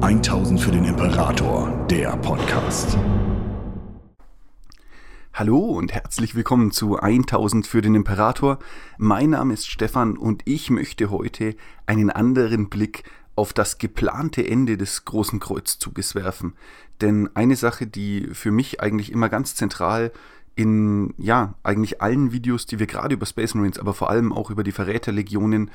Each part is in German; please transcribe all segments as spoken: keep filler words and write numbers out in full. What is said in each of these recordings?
tausend für den Imperator, der Podcast. Hallo und herzlich willkommen zu tausend für den Imperator. Mein Name ist Stefan und ich möchte heute einen anderen Blick auf das geplante Ende des Großen Kreuzzuges werfen. Denn eine Sache, die für mich eigentlich immer ganz zentral in, ja, eigentlich allen Videos, die wir gerade über Space Marines, aber vor allem auch über die Verräterlegionen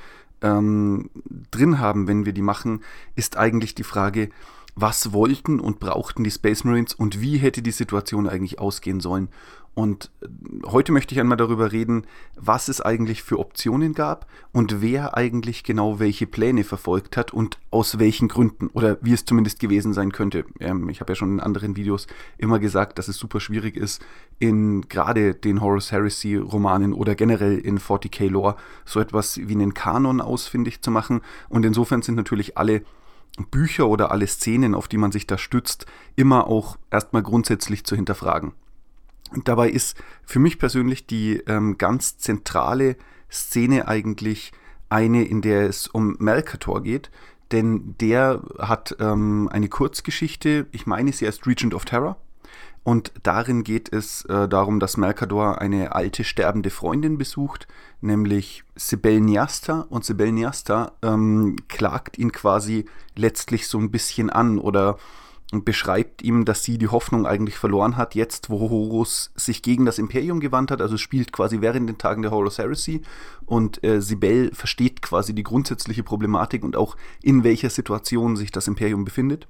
ähm, drin haben, wenn wir die machen, ist eigentlich die Frage, was wollten und brauchten die Space Marines und wie hätte die Situation eigentlich ausgehen sollen. Und heute möchte ich einmal darüber reden, was es eigentlich für Optionen gab und wer eigentlich genau welche Pläne verfolgt hat und aus welchen Gründen oder wie es zumindest gewesen sein könnte. Ähm, ich habe ja schon in anderen Videos immer gesagt, dass es super schwierig ist, in gerade den Horus Heresy Romanen oder generell in forty K Lore so etwas wie einen Kanon ausfindig zu machen. Und insofern sind natürlich alle Bücher oder alle Szenen, auf die man sich da stützt, immer auch erstmal grundsätzlich zu hinterfragen. Und dabei ist für mich persönlich die ähm, ganz zentrale Szene eigentlich eine, in der es um Malkator geht, denn der hat ähm, eine Kurzgeschichte, ich meine, sie heißt Regent of Terror, und darin geht es äh, darum, dass Malkator eine alte sterbende Freundin besucht, nämlich Sibel Niasta, und Sibel Niasta ähm, klagt ihn quasi letztlich so ein bisschen an oder und beschreibt ihm, dass sie die Hoffnung eigentlich verloren hat, jetzt wo Horus sich gegen das Imperium gewandt hat, also spielt quasi während den Tagen der Horus Heresy, und äh, Sibel versteht quasi die grundsätzliche Problematik und auch in welcher Situation sich das Imperium befindet.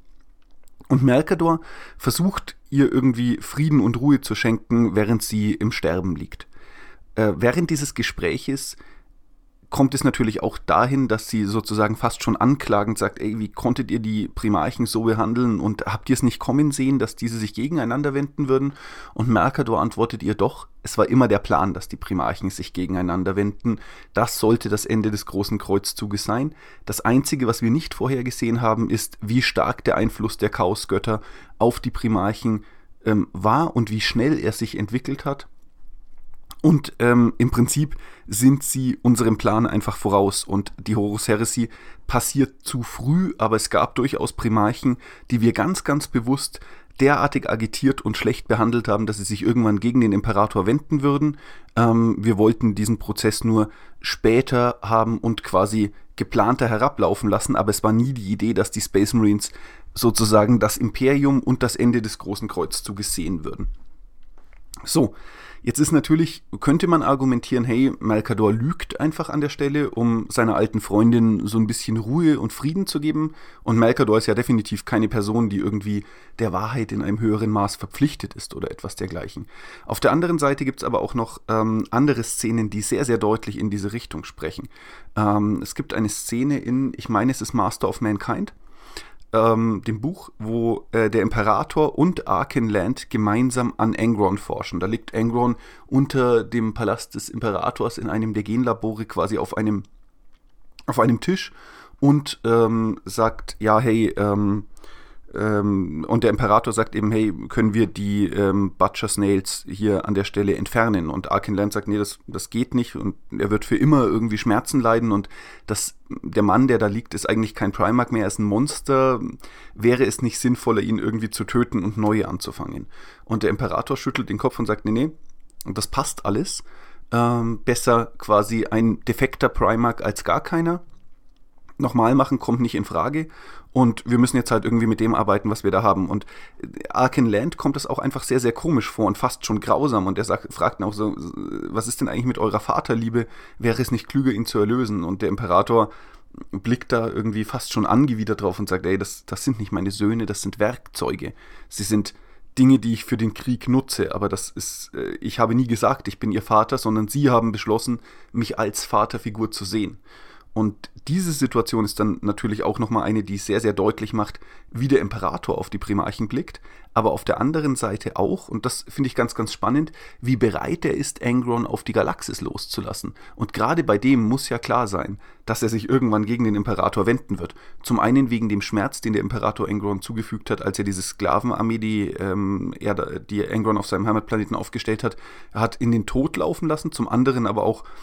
Und Malkator versucht ihr irgendwie Frieden und Ruhe zu schenken, während sie im Sterben liegt. Äh, während dieses Gespräches kommt es natürlich auch dahin, dass sie sozusagen fast schon anklagend sagt, ey, wie konntet ihr die Primarchen so behandeln und habt ihr es nicht kommen sehen, dass diese sich gegeneinander wenden würden? Und Malkator antwortet ihr doch, es war immer der Plan, dass die Primarchen sich gegeneinander wenden. Das sollte das Ende des Großen Kreuzzuges sein. Das Einzige, was wir nicht vorher gesehen haben, ist, wie stark der Einfluss der Chaosgötter auf die Primarchen ähm, war und wie schnell er sich entwickelt hat. Und ähm, im Prinzip sind sie unserem Plan einfach voraus und die Horus Heresy passiert zu früh, aber es gab durchaus Primarchen, die wir ganz, ganz bewusst derartig agitiert und schlecht behandelt haben, dass sie sich irgendwann gegen den Imperator wenden würden. Ähm, wir wollten diesen Prozess nur später haben und quasi geplanter herablaufen lassen, aber es war nie die Idee, dass die Space Marines sozusagen das Imperium und das Ende des Großen Kreuzzuges sehen würden. So, jetzt ist natürlich, könnte man argumentieren, hey, Malkator lügt einfach an der Stelle, um seiner alten Freundin so ein bisschen Ruhe und Frieden zu geben. Und Malkator ist ja definitiv keine Person, die irgendwie der Wahrheit in einem höheren Maß verpflichtet ist oder etwas dergleichen. Auf der anderen Seite gibt es aber auch noch ähm, andere Szenen, die sehr, sehr deutlich in diese Richtung sprechen. Ähm, es gibt eine Szene in, ich meine, es ist Master of Mankind, Ähm, dem Buch, wo äh, der Imperator und Archenland gemeinsam an Angron forschen. Da liegt Angron unter dem Palast des Imperators in einem der Genlabore quasi auf einem, auf einem Tisch und ähm, sagt, ja, hey, ähm, ähm, und der Imperator sagt eben, hey, können wir die ähm, Butcher Snails hier an der Stelle entfernen? Und Archenland sagt, nee, das, das geht nicht und er wird für immer irgendwie Schmerzen leiden und das, der Mann, der da liegt, ist eigentlich kein Primarch mehr, er ist ein Monster. Wäre es nicht sinnvoller, ihn irgendwie zu töten und neue anzufangen? Und der Imperator schüttelt den Kopf und sagt, nee, nee, und das passt alles. Ähm, besser quasi ein defekter Primarch als gar keiner. Nochmal machen kommt nicht in Frage und wir müssen jetzt halt irgendwie mit dem arbeiten, was wir da haben. Und Archenland kommt das auch einfach sehr, sehr komisch vor und fast schon grausam und er sagt, fragt ihn auch so, was ist denn eigentlich mit eurer Vaterliebe? Wäre es nicht klüger, ihn zu erlösen? Und der Imperator blickt da irgendwie fast schon angewidert drauf und sagt, ey, das, das sind nicht meine Söhne, das sind Werkzeuge. Sie sind Dinge, die ich für den Krieg nutze, aber das ist, ich habe nie gesagt, ich bin ihr Vater, sondern sie haben beschlossen, mich als Vaterfigur zu sehen. Und diese Situation ist dann natürlich auch nochmal eine, die sehr, sehr deutlich macht, wie der Imperator auf die Primarchen blickt, aber auf der anderen Seite auch, und das finde ich ganz, ganz spannend, wie bereit er ist, Angron auf die Galaxis loszulassen. Und gerade bei dem muss ja klar sein, dass er sich irgendwann gegen den Imperator wenden wird. Zum einen wegen dem Schmerz, den der Imperator Angron zugefügt hat, als er diese Sklavenarmee, die, ähm, er, die Angron auf seinem Heimatplaneten aufgestellt hat, er hat in den Tod laufen lassen, zum anderen aber auch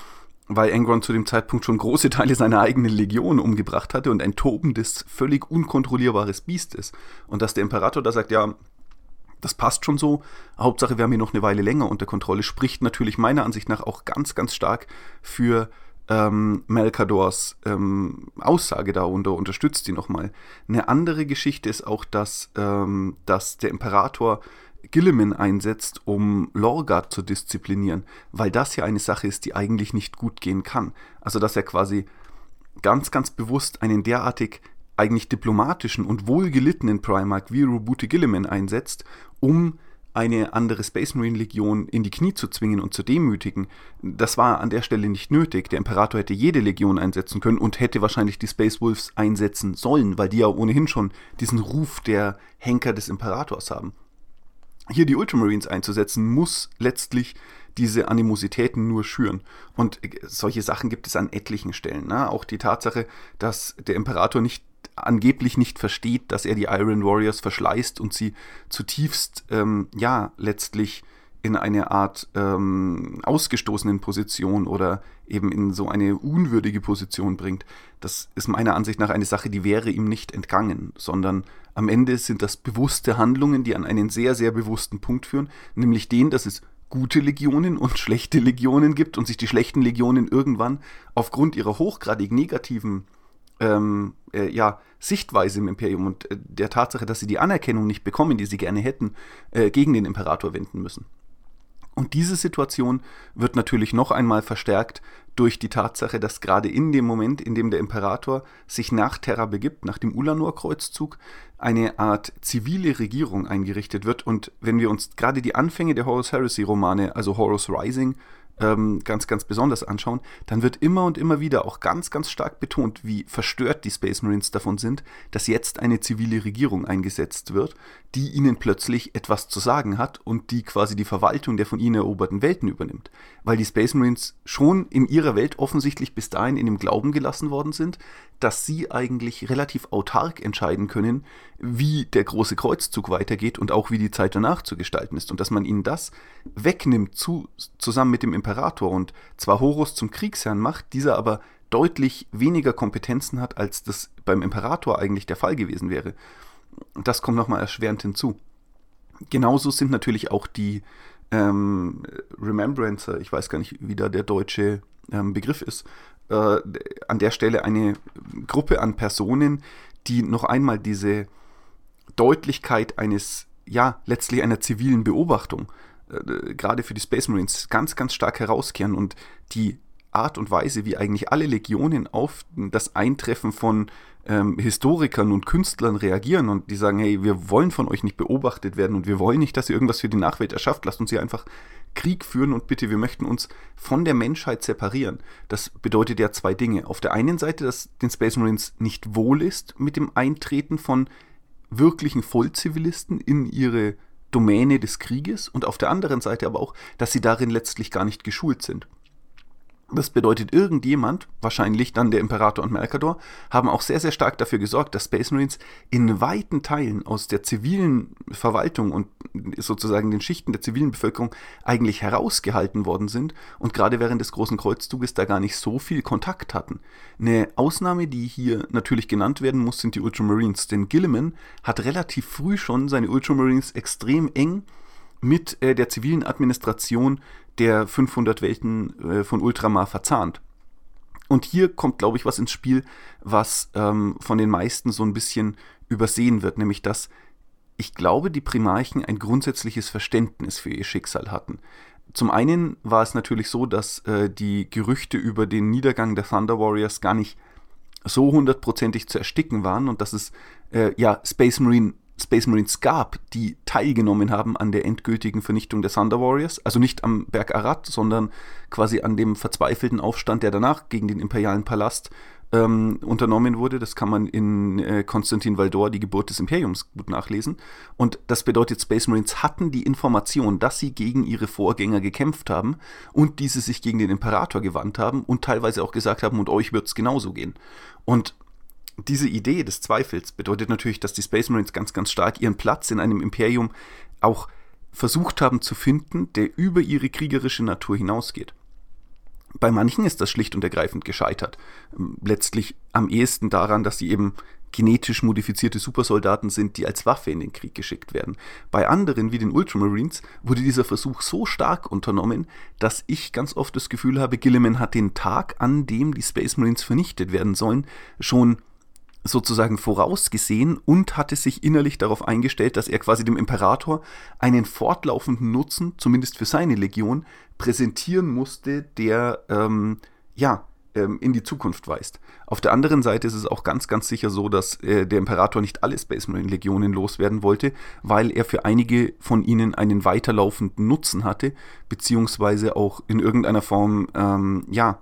weil Angron zu dem Zeitpunkt schon große Teile seiner eigenen Legion umgebracht hatte und ein tobendes, völlig unkontrollierbares Biest ist. Und dass der Imperator da sagt, ja, das passt schon so, Hauptsache wir haben hier noch eine Weile länger unter Kontrolle, spricht natürlich meiner Ansicht nach auch ganz, ganz stark für ähm, Melkadors ähm, Aussage da und unterstützt die nochmal. Eine andere Geschichte ist auch, dass, ähm, dass der Imperator Guilliman einsetzt, um Lorgard zu disziplinieren, weil das ja eine Sache ist, die eigentlich nicht gut gehen kann. Also dass er quasi ganz, ganz bewusst einen derartig eigentlich diplomatischen und wohlgelittenen Primarch wie Roboute Guilliman einsetzt, um eine andere Space Marine Legion in die Knie zu zwingen und zu demütigen. Das war an der Stelle nicht nötig. Der Imperator hätte jede Legion einsetzen können und hätte wahrscheinlich die Space Wolves einsetzen sollen, weil die ja ohnehin schon diesen Ruf der Henker des Imperators haben. Hier die Ultramarines einzusetzen, muss letztlich diese Animositäten nur schüren. Und solche Sachen gibt es an etlichen Stellen. Ne? Auch die Tatsache, dass der Imperator nicht angeblich nicht versteht, dass er die Iron Warriors verschleißt und sie zutiefst, ähm, ja, letztlich in eine Art ähm, ausgestoßenen Position oder eben in so eine unwürdige Position bringt. Das ist meiner Ansicht nach eine Sache, die wäre ihm nicht entgangen, sondern am Ende sind das bewusste Handlungen, die an einen sehr, sehr bewussten Punkt führen, nämlich den, dass es gute Legionen und schlechte Legionen gibt und sich die schlechten Legionen irgendwann aufgrund ihrer hochgradig negativen ähm, äh, ja, Sichtweise im Imperium und äh, der Tatsache, dass sie die Anerkennung nicht bekommen, die sie gerne hätten, äh, gegen den Imperator wenden müssen. Und diese Situation wird natürlich noch einmal verstärkt durch die Tatsache, dass gerade in dem Moment, in dem der Imperator sich nach Terra begibt, nach dem Ulanor-Kreuzzug, eine Art zivile Regierung eingerichtet wird. Und wenn wir uns gerade die Anfänge der Horus Heresy-Romane, also Horus Rising, ähm, ganz, ganz besonders anschauen, dann wird immer und immer wieder auch ganz, ganz stark betont, wie verstört die Space Marines davon sind, dass jetzt eine zivile Regierung eingesetzt wird, die ihnen plötzlich etwas zu sagen hat und die quasi die Verwaltung der von ihnen eroberten Welten übernimmt. Weil die Space Marines schon in ihrer Welt offensichtlich bis dahin in dem Glauben gelassen worden sind, dass sie eigentlich relativ autark entscheiden können, wie der große Kreuzzug weitergeht und auch wie die Zeit danach zu gestalten ist. Und dass man ihnen das wegnimmt zu, zusammen mit dem Imperator und zwar Horus zum Kriegsherrn macht, dieser aber deutlich weniger Kompetenzen hat, als das beim Imperator eigentlich der Fall gewesen wäre. Das kommt nochmal erschwerend hinzu. Genauso sind natürlich auch die ähm, Remembrancer, ich weiß gar nicht, wie da der deutsche ähm, Begriff ist, äh, an der Stelle eine Gruppe an Personen, die noch einmal diese Deutlichkeit eines, ja, letztlich einer zivilen Beobachtung, äh, gerade für die Space Marines, ganz, ganz stark herauskehren und die Art und Weise, wie eigentlich alle Legionen auf das Eintreffen von ähm, Historikern und Künstlern reagieren und die sagen, hey, wir wollen von euch nicht beobachtet werden und wir wollen nicht, dass ihr irgendwas für die Nachwelt erschafft, lasst uns hier einfach Krieg führen und bitte, wir möchten uns von der Menschheit separieren. Das bedeutet ja zwei Dinge. Auf der einen Seite, dass den Space Marines nicht wohl ist mit dem Eintreten von wirklichen Vollzivilisten in ihre Domäne des Krieges und auf der anderen Seite aber auch, dass sie darin letztlich gar nicht geschult sind. Das bedeutet, irgendjemand, wahrscheinlich dann der Imperator und Melkador, haben auch sehr, sehr stark dafür gesorgt, dass Space Marines in weiten Teilen aus der zivilen Verwaltung und sozusagen den Schichten der zivilen Bevölkerung eigentlich herausgehalten worden sind und gerade während des Großen Kreuzzuges da gar nicht so viel Kontakt hatten. Eine Ausnahme, die hier natürlich genannt werden muss, sind die Ultramarines, denn Guilliman hat relativ früh schon seine Ultramarines extrem eng mit äh, der zivilen Administration der fünfhundert Welten äh, von Ultramar verzahnt. Und hier kommt, glaube ich, was ins Spiel, was ähm, von den meisten so ein bisschen übersehen wird, nämlich dass ich glaube, die Primarchen ein grundsätzliches Verständnis für ihr Schicksal hatten. Zum einen war es natürlich so, dass äh, die Gerüchte über den Niedergang der Thunder Warriors gar nicht so hundertprozentig zu ersticken waren und dass es äh, ja Space Marine Space Marines gab, die teilgenommen haben an der endgültigen Vernichtung der Thunder Warriors, also nicht am Berg Arad, sondern quasi an dem verzweifelten Aufstand, der danach gegen den imperialen Palast ähm, unternommen wurde. Das kann man in äh, Konstantin Valdor, die Geburt des Imperiums, gut nachlesen. Und das bedeutet, Space Marines hatten die Information, dass sie gegen ihre Vorgänger gekämpft haben und diese sich gegen den Imperator gewandt haben und teilweise auch gesagt haben, und euch wird es genauso gehen. Und diese Idee des Zweifels bedeutet natürlich, dass die Space Marines ganz, ganz stark ihren Platz in einem Imperium auch versucht haben zu finden, der über ihre kriegerische Natur hinausgeht. Bei manchen ist das schlicht und ergreifend gescheitert. Letztlich am ehesten daran, dass sie eben genetisch modifizierte Supersoldaten sind, die als Waffe in den Krieg geschickt werden. Bei anderen, wie den Ultramarines, wurde dieser Versuch so stark unternommen, dass ich ganz oft das Gefühl habe, Guilliman hat den Tag, an dem die Space Marines vernichtet werden sollen, schon sozusagen vorausgesehen und hatte sich innerlich darauf eingestellt, dass er quasi dem Imperator einen fortlaufenden Nutzen, zumindest für seine Legion, präsentieren musste, der, ähm, ja, ähm, in die Zukunft weist. Auf der anderen Seite ist es auch ganz, ganz sicher so, dass äh, der Imperator nicht alle Space Marine Legionen loswerden wollte, weil er für einige von ihnen einen weiterlaufenden Nutzen hatte, beziehungsweise auch in irgendeiner Form, ähm, ja,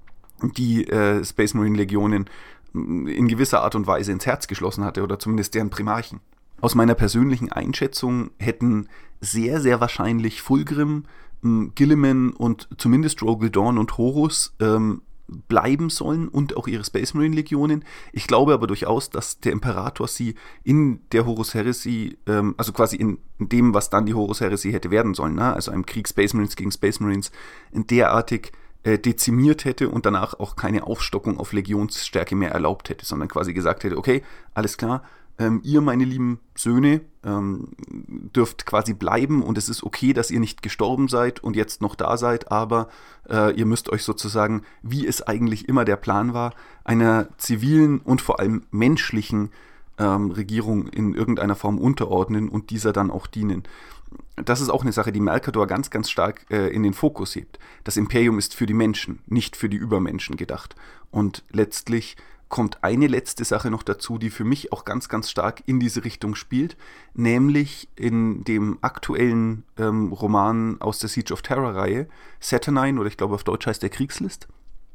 die äh, Space Marine Legionen in gewisser Art und Weise ins Herz geschlossen hatte oder zumindest deren Primarchen. Aus meiner persönlichen Einschätzung hätten sehr, sehr wahrscheinlich Fulgrim, Guilliman und zumindest Rogal Dorn und Horus ähm, bleiben sollen und auch ihre Space Marine Legionen. Ich glaube aber durchaus, dass der Imperator sie in der Horus Heresy, ähm, also quasi in, in dem, was dann die Horus Heresy hätte werden sollen, ne? Also einem Krieg Space Marines gegen Space Marines, derartig äh, dezimiert hätte und danach auch keine Aufstockung auf Legionsstärke mehr erlaubt hätte, sondern quasi gesagt hätte, okay, alles klar, Ähm, ihr, meine lieben Söhne, ähm, dürft quasi bleiben und es ist okay, dass ihr nicht gestorben seid und jetzt noch da seid, aber äh, ihr müsst euch sozusagen, wie es eigentlich immer der Plan war, einer zivilen und vor allem menschlichen ähm, Regierung in irgendeiner Form unterordnen und dieser dann auch dienen. Das ist auch eine Sache, die Mercador ganz, ganz stark äh, in den Fokus hebt. Das Imperium ist für die Menschen, nicht für die Übermenschen gedacht. Und letztlich kommt eine letzte Sache noch dazu, die für mich auch ganz, ganz stark in diese Richtung spielt, nämlich in dem aktuellen ähm, Roman aus der Siege of Terror-Reihe, Saturnine, oder ich glaube auf Deutsch heißt der Kriegslist,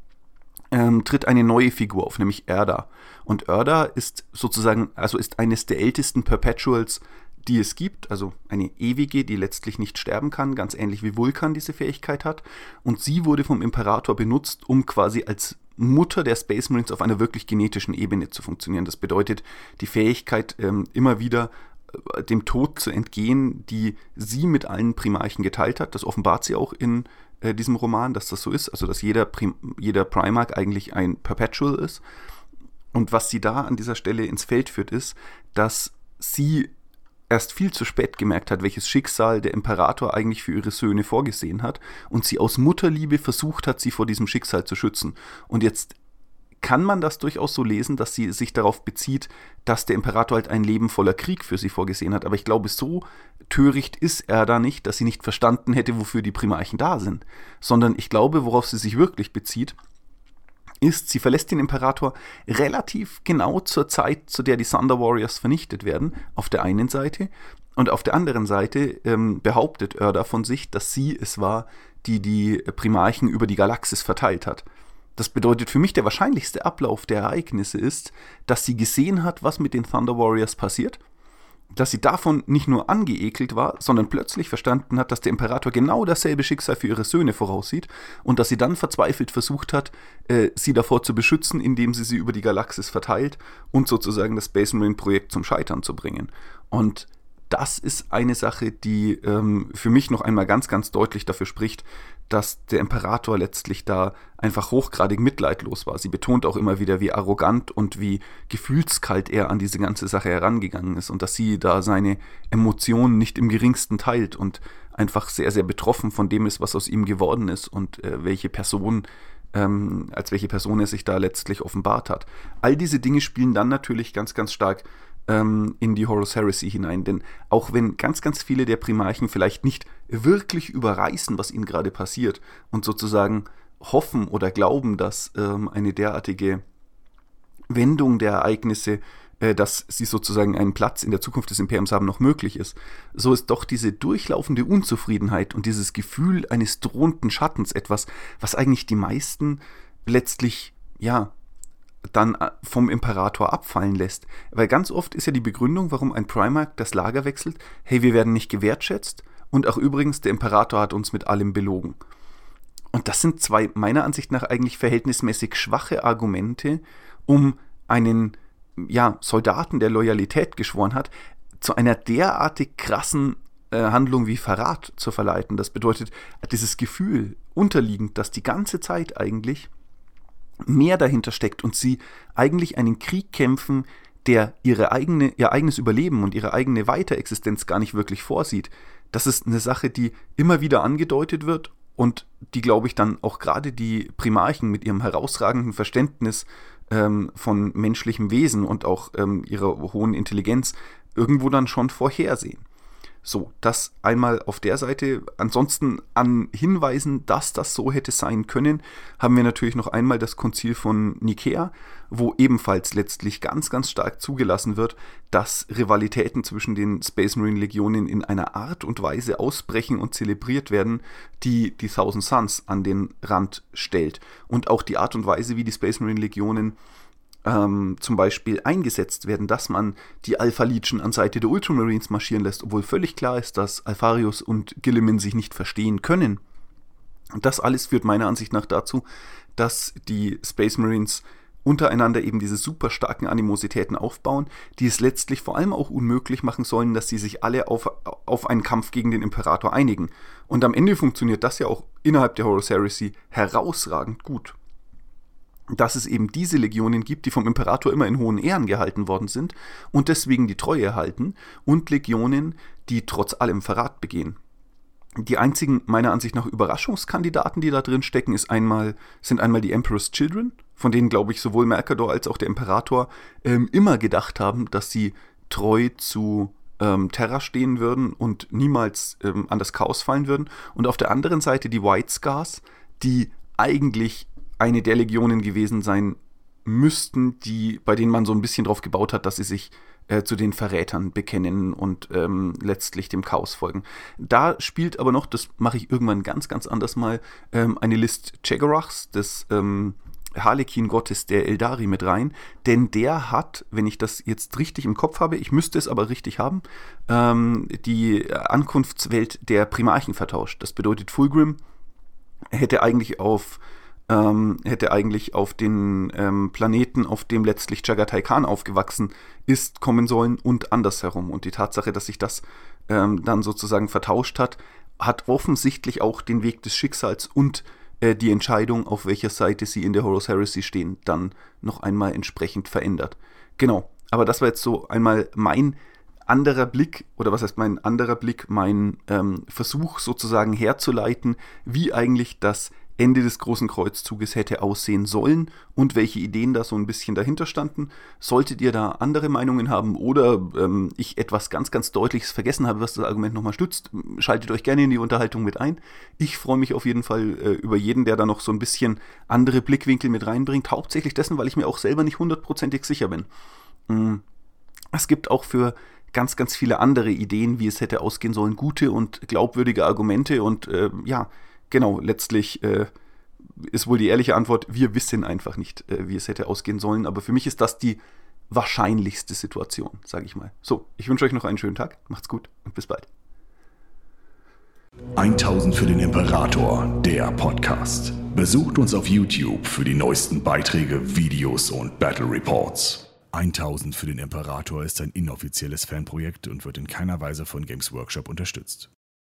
ähm, tritt eine neue Figur auf, nämlich Erda. Und Erda ist sozusagen, also ist eines der ältesten Perpetuals, die es gibt, also eine ewige, die letztlich nicht sterben kann, ganz ähnlich wie Vulkan diese Fähigkeit hat. Und sie wurde vom Imperator benutzt, um quasi als Mutter der Space Marines auf einer wirklich genetischen Ebene zu funktionieren. Das bedeutet, die Fähigkeit, ähm, immer wieder äh, dem Tod zu entgehen, die sie mit allen Primarchen geteilt hat. Das offenbart sie auch in äh, diesem Roman, dass das so ist, also dass jeder, Prim- jeder Primarch eigentlich ein Perpetual ist. Und was sie da an dieser Stelle ins Feld führt, ist, dass sie erst viel zu spät gemerkt hat, welches Schicksal der Imperator eigentlich für ihre Söhne vorgesehen hat und sie aus Mutterliebe versucht hat, sie vor diesem Schicksal zu schützen. Und jetzt kann man das durchaus so lesen, dass sie sich darauf bezieht, dass der Imperator halt ein Leben voller Krieg für sie vorgesehen hat. Aber ich glaube, so töricht ist er da nicht, dass sie nicht verstanden hätte, wofür die Primarchen da sind. Sondern ich glaube, worauf sie sich wirklich bezieht, ist, sie verlässt den Imperator relativ genau zur Zeit, zu der die Thunder Warriors vernichtet werden, auf der einen Seite. Und auf der anderen Seite ähm, behauptet Erda von sich, dass sie es war, die die Primarchen über die Galaxis verteilt hat. Das bedeutet für mich, der wahrscheinlichste Ablauf der Ereignisse ist, dass sie gesehen hat, was mit den Thunder Warriors passiert, dass sie davon nicht nur angeekelt war, sondern plötzlich verstanden hat, dass der Imperator genau dasselbe Schicksal für ihre Söhne voraussieht und dass sie dann verzweifelt versucht hat, äh, sie davor zu beschützen, indem sie sie über die Galaxis verteilt und sozusagen das Space Marine Projekt zum Scheitern zu bringen. Und das ist eine Sache, die ähm, für mich noch einmal ganz, ganz deutlich dafür spricht, dass der Imperator letztlich da einfach hochgradig mitleidlos war. Sie betont auch immer wieder, wie arrogant und wie gefühlskalt er an diese ganze Sache herangegangen ist und dass sie da seine Emotionen nicht im geringsten teilt und einfach sehr, sehr betroffen von dem ist, was aus ihm geworden ist und äh, welche Person, ähm, als welche Person er sich da letztlich offenbart hat. All diese Dinge spielen dann natürlich ganz, ganz stark in die Horus Heresy hinein, denn auch wenn ganz, ganz viele der Primarchen vielleicht nicht wirklich überreißen, was ihnen gerade passiert und sozusagen hoffen oder glauben, dass ähm, eine derartige Wendung der Ereignisse, äh, dass sie sozusagen einen Platz in der Zukunft des Imperiums haben, noch möglich ist, so ist doch diese durchlaufende Unzufriedenheit und dieses Gefühl eines drohenden Schattens etwas, was eigentlich die meisten letztlich, ja, dann vom Imperator abfallen lässt. Weil ganz oft ist ja die Begründung, warum ein Primarch das Lager wechselt, hey, wir werden nicht gewertschätzt und auch übrigens, der Imperator hat uns mit allem belogen. Und das sind zwei meiner Ansicht nach eigentlich verhältnismäßig schwache Argumente, um einen ja, Soldaten, der Loyalität geschworen hat, zu einer derartig krassen Handlung wie Verrat zu verleiten. Das bedeutet, dieses Gefühl unterliegend, dass die ganze Zeit eigentlich mehr dahinter steckt und sie eigentlich einen Krieg kämpfen, der ihre eigene, ihr eigenes Überleben und ihre eigene Weiterexistenz gar nicht wirklich vorsieht. Das ist eine Sache, die immer wieder angedeutet wird und die, glaube ich, dann auch gerade die Primarchen mit ihrem herausragenden Verständnis ähm, von menschlichem Wesen und auch ähm, ihrer hohen Intelligenz irgendwo dann schon vorhersehen. So, das einmal auf der Seite. Ansonsten an Hinweisen, dass das so hätte sein können, haben wir natürlich noch einmal das Konzil von Nikäa, wo ebenfalls letztlich ganz, ganz stark zugelassen wird, dass Rivalitäten zwischen den Space Marine Legionen in einer Art und Weise ausbrechen und zelebriert werden, die die Thousand Suns an den Rand stellt. Und auch die Art und Weise, wie die Space Marine Legionen Ähm, zum Beispiel eingesetzt werden, dass man die Alpha Legion an Seite der Ultramarines marschieren lässt, obwohl völlig klar ist, dass Alpharius und Guilliman sich nicht verstehen können. Und das alles führt meiner Ansicht nach dazu, dass die Space Marines untereinander eben diese super starken Animositäten aufbauen, die es letztlich vor allem auch unmöglich machen sollen, dass sie sich alle auf, auf einen Kampf gegen den Imperator einigen. Und am Ende funktioniert das ja auch innerhalb der Horus Heresy herausragend gut. Dass es eben diese Legionen gibt, die vom Imperator immer in hohen Ehren gehalten worden sind und deswegen die Treue erhalten, und Legionen, die trotz allem Verrat begehen. Die einzigen, meiner Ansicht nach, Überraschungskandidaten, die da drin stecken, ist einmal, sind einmal die Emperor's Children, von denen, glaube ich, sowohl Mercador als auch der Imperator ähm, immer gedacht haben, dass sie treu zu ähm, Terra stehen würden und niemals ähm, an das Chaos fallen würden. Und auf der anderen Seite die White Scars, die eigentlich eine der Legionen gewesen sein müssten, die, bei denen man so ein bisschen drauf gebaut hat, dass sie sich äh, zu den Verrätern bekennen und ähm, letztlich dem Chaos folgen. Da spielt aber noch, das mache ich irgendwann ganz, ganz anders mal, ähm, eine List Chegorachs, des ähm, Harlekin-Gottes der Eldari, mit rein, denn der hat, wenn ich das jetzt richtig im Kopf habe, ich müsste es aber richtig haben, ähm, die Ankunftswelt der Primarchen vertauscht. Das bedeutet, Fulgrim hätte eigentlich auf Ähm, hätte eigentlich auf den ähm, Planeten, auf dem letztlich Chagatai Khan aufgewachsen ist, kommen sollen und andersherum. Und die Tatsache, dass sich das ähm, dann sozusagen vertauscht hat, hat offensichtlich auch den Weg des Schicksals und äh, die Entscheidung, auf welcher Seite sie in der Horus Heresy stehen, dann noch einmal entsprechend verändert. Genau, aber das war jetzt so einmal mein anderer Blick, oder was heißt mein anderer Blick, mein ähm, Versuch sozusagen herzuleiten, wie eigentlich das Ende des Großen Kreuzzuges hätte aussehen sollen und welche Ideen da so ein bisschen dahinter standen. Solltet ihr da andere Meinungen haben oder ähm, ich etwas ganz, ganz Deutliches vergessen habe, was das Argument nochmal stützt, schaltet euch gerne in die Unterhaltung mit ein. Ich freue mich auf jeden Fall äh, über jeden, der da noch so ein bisschen andere Blickwinkel mit reinbringt. Hauptsächlich dessen, weil ich mir auch selber nicht hundertprozentig sicher bin. Mm. Es gibt auch für ganz, ganz viele andere Ideen, wie es hätte ausgehen sollen, gute und glaubwürdige Argumente und äh, ja, genau, letztlich äh, ist wohl die ehrliche Antwort, wir wissen einfach nicht, äh, wie es hätte ausgehen sollen, aber für mich ist das die wahrscheinlichste Situation, sage ich mal. So, ich wünsche euch noch einen schönen Tag, macht's gut und bis bald. tausend für den Imperator, der Podcast. Besucht uns auf YouTube für die neuesten Beiträge, Videos und Battle Reports. tausend für den Imperator ist ein inoffizielles Fanprojekt und wird in keiner Weise von Games Workshop unterstützt.